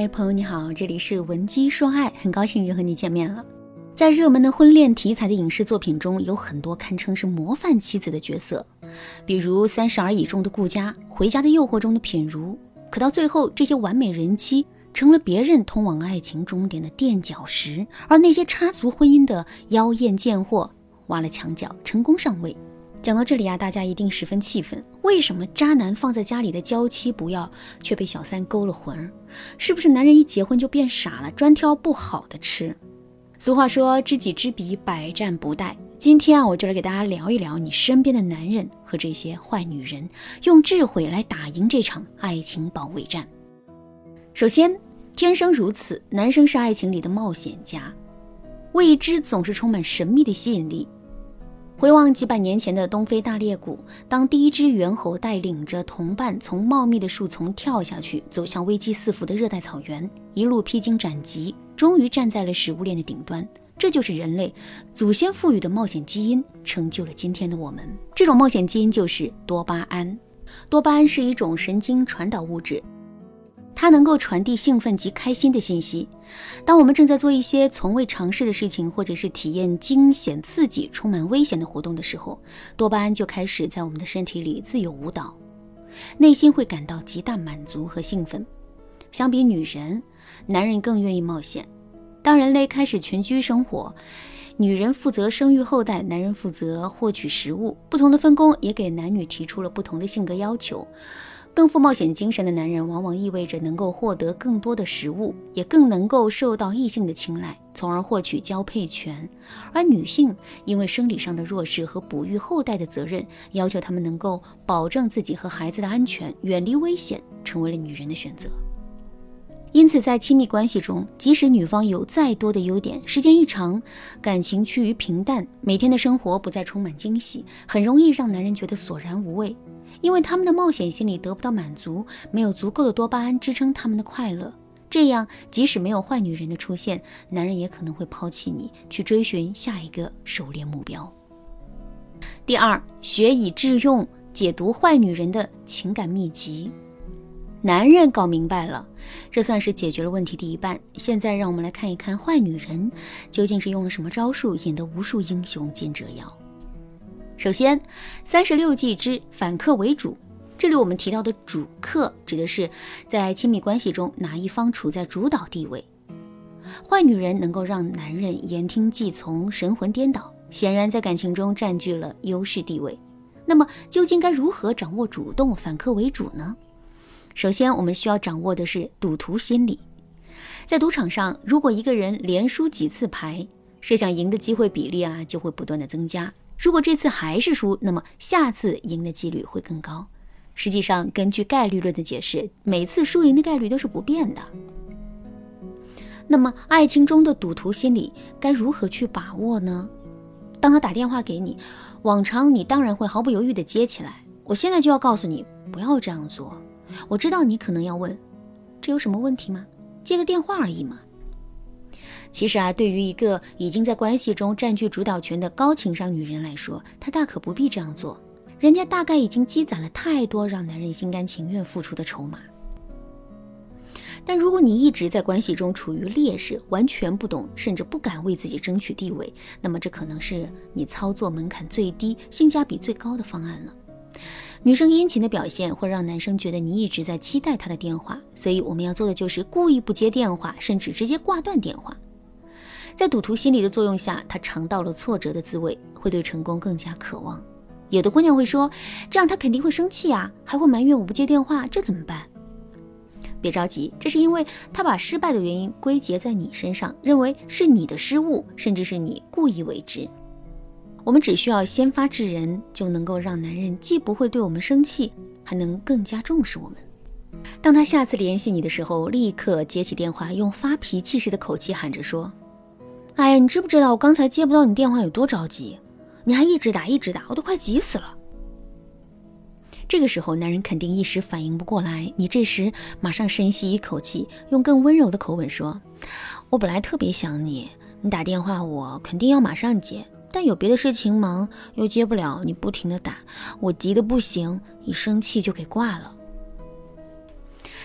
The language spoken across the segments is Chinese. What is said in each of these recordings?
嗨，朋友你好，这里是文姬说爱，很高兴又和你见面了。在热门的婚恋题材的影视作品中，有很多堪称是模范妻子的角色，比如30而已中的顾佳，回家的诱惑中的品如。可到最后，这些完美人妻成了别人通往爱情终点的垫脚石，而那些插足婚姻的妖艳贱货挖了墙角，成功上位。讲到这里啊，大家一定十分气愤，为什么渣男放在家里的娇妻不要，却被小三勾了魂儿？是不是男人一结婚就变傻了，专挑不好的吃？俗话说知己知彼，百战不殆。今天啊，我就来给大家聊一聊你身边的男人和这些坏女人，用智慧来打赢这场爱情保卫战。首先，天生如此，男生是爱情里的冒险家，未知总是充满神秘的吸引力。回望几百年前的东非大裂谷，当第一只猿猴带领着同伴从茂密的树丛跳下去，走向危机四伏的热带草原，一路披荆斩棘，终于站在了食物链的顶端。这就是人类祖先赋予的冒险基因，成就了今天的我们。这种冒险基因就是多巴胺。多巴胺是一种神经传导物质，它能够传递兴奋及开心的信息。当我们正在做一些从未尝试的事情，或者是体验惊险刺激充满危险的活动的时候，多巴胺就开始在我们的身体里自由舞蹈，内心会感到极大满足和兴奋。相比女人，男人更愿意冒险。当人类开始群居生活，女人负责生育后代，男人负责获取食物，不同的分工也给男女提出了不同的性格要求。更富冒险精神的男人往往意味着能够获得更多的食物，也更能够受到异性的青睐，从而获取交配权。而女性因为生理上的弱势和哺育后代的责任，要求她们能够保证自己和孩子的安全，远离危险，成为了女人的选择。因此在亲密关系中，即使女方有再多的优点，时间一长，感情趋于平淡，每天的生活不再充满惊喜，很容易让男人觉得索然无味，因为他们的冒险心理得不到满足，没有足够的多巴胺支撑他们的快乐。这样即使没有坏女人的出现，男人也可能会抛弃你，去追寻下一个狩猎目标。第二，学以致用，解读坏女人的情感秘籍。男人搞明白了，这算是解决了问题的一半。现在让我们来看一看坏女人究竟是用了什么招数，引得无数英雄尽折腰。首先，36计之反客为主。这里我们提到的主客，指的是在亲密关系中哪一方处在主导地位。坏女人能够让男人言听计从，神魂颠倒，显然在感情中占据了优势地位。那么究竟该如何掌握主动，反客为主呢？首先，我们需要掌握的是赌徒心理。在赌场上，如果一个人连输几次牌，设想赢的机会比例就会不断的增加。如果这次还是输，那么下次赢的几率会更高。实际上，根据概率论的解释，每次输赢的概率都是不变的。那么，爱情中的赌徒心理该如何去把握呢？当他打电话给你，往常你当然会毫不犹豫地接起来。我现在就要告诉你，不要这样做。我知道你可能要问，这有什么问题吗？接个电话而已嘛。其实对于一个已经在关系中占据主导权的高情商女人来说，她大可不必这样做。人家大概已经积攒了太多让男人心甘情愿付出的筹码。但如果你一直在关系中处于劣势，完全不懂，甚至不敢为自己争取地位，那么这可能是你操作门槛最低、性价比最高的方案了。女生殷勤的表现会让男生觉得你一直在期待他的电话，所以我们要做的就是故意不接电话，甚至直接挂断电话。在赌徒心理的作用下，他尝到了挫折的滋味，会对成功更加渴望。有的姑娘会说，这样他肯定会生气还会埋怨我不接电话，这怎么办？别着急，这是因为他把失败的原因归结在你身上，认为是你的失误，甚至是你故意为之。我们只需要先发制人，就能够让男人既不会对我们生气，还能更加重视我们。当他下次联系你的时候，立刻接起电话，用发脾气似的口气喊着说，哎呀，你知不知道我刚才接不到你电话有多着急？你还一直打，我都快急死了。这个时候男人肯定一时反应不过来，你这时马上深吸一口气，用更温柔的口吻说，我本来特别想你，你打电话我肯定要马上接，但有别的事情忙又接不了，你不停的打，我急得不行，一生气就给挂了。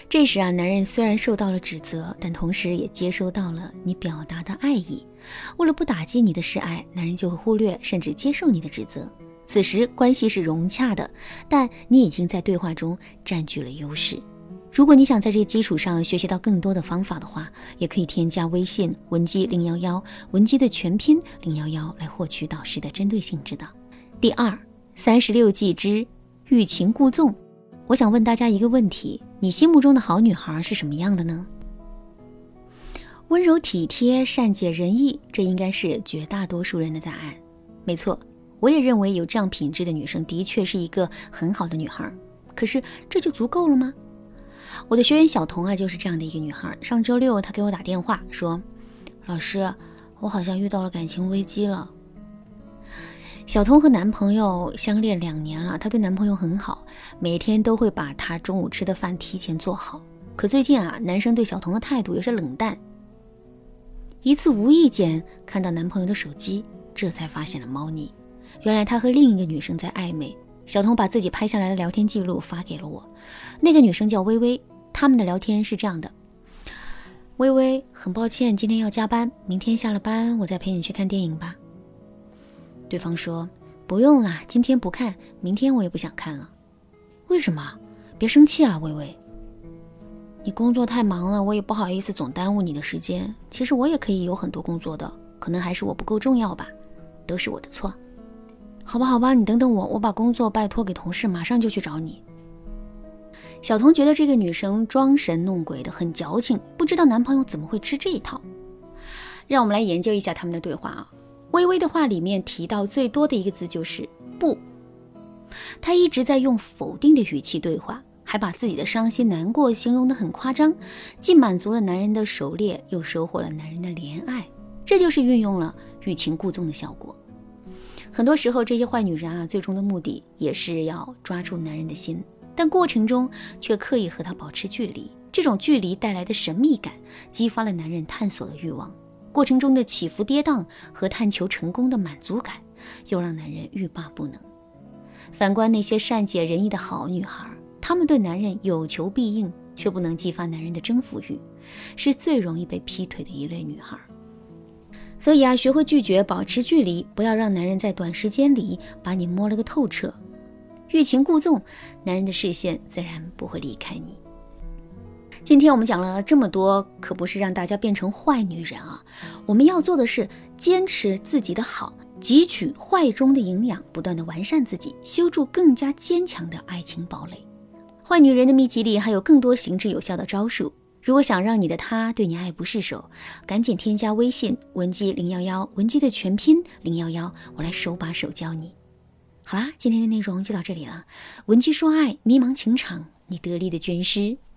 这时啊，男人虽然受到了指责，但同时也接收到了你表达的爱意。为了不打击你的示爱，男人就会忽略甚至接受你的指责。此时关系是融洽的，但你已经在对话中占据了优势。如果你想在这基础上学习到更多的方法的话，也可以添加微信文姬011，文姬的全拼011，来获取导师的针对性指导。第二，36计之欲擒故纵。我想问大家一个问题，你心目中的好女孩是什么样的呢？温柔体贴、善解人意，这应该是绝大多数人的答案。没错，我也认为有这样品质的女生的确是一个很好的女孩。可是这就足够了吗？我的学员小童啊，就是这样的一个女孩。上周六她给我打电话说，老师，我好像遇到了感情危机了。小童和男朋友相恋2年了，她对男朋友很好，每天都会把她中午吃的饭提前做好。可最近啊，男生对小童的态度也是冷淡。一次无意间看到男朋友的手机，这才发现了猫腻。原来他和另一个女生在暧昧。小童把自己拍下来的聊天记录发给了我。那个女生叫微微，他们的聊天是这样的：微微，很抱歉今天要加班，明天下了班我再陪你去看电影吧。对方说，不用啦，今天不看，明天我也不想看了。为什么？别生气啊，微微。你工作太忙了，我也不好意思总耽误你的时间。其实我也可以有很多工作的，可能还是我不够重要吧，都是我的错。好吧好吧，你等等我，我把工作拜托给同事，马上就去找你。小童觉得这个女生装神弄鬼的，很矫情，不知道男朋友怎么会吃这一套。让我们来研究一下他们的对话啊。微微的话里面提到最多的一个字就是不，她一直在用否定的语气对话，还把自己的伤心难过形容得很夸张，既满足了男人的狩猎，又收获了男人的怜爱，这就是运用了欲擒故纵的效果。很多时候这些坏女人啊，最终的目的也是要抓住男人的心，但过程中却刻意和他保持距离。这种距离带来的神秘感，激发了男人探索的欲望，过程中的起伏跌宕和探求成功的满足感，又让男人欲罢不能。反观那些善解人意的好女孩，她们对男人有求必应，却不能激发男人的征服欲，是最容易被劈腿的一类女孩。所以啊，学会拒绝，保持距离，不要让男人在短时间里把你摸了个透彻。欲擒故纵，男人的视线自然不会离开你。今天我们讲了这么多，可不是让大家变成坏女人啊，我们要做的是坚持自己的好，汲取坏中的营养，不断的完善自己，修筑更加坚强的爱情堡垒。坏女人的秘籍里还有更多行之有效的招数，如果想让你的他对你爱不释手，赶紧添加微信文姬011，文姬的全拼011，我来手把手教你。好啦，今天的内容就到这里了。文姬说爱，迷茫情场，你得力的军师。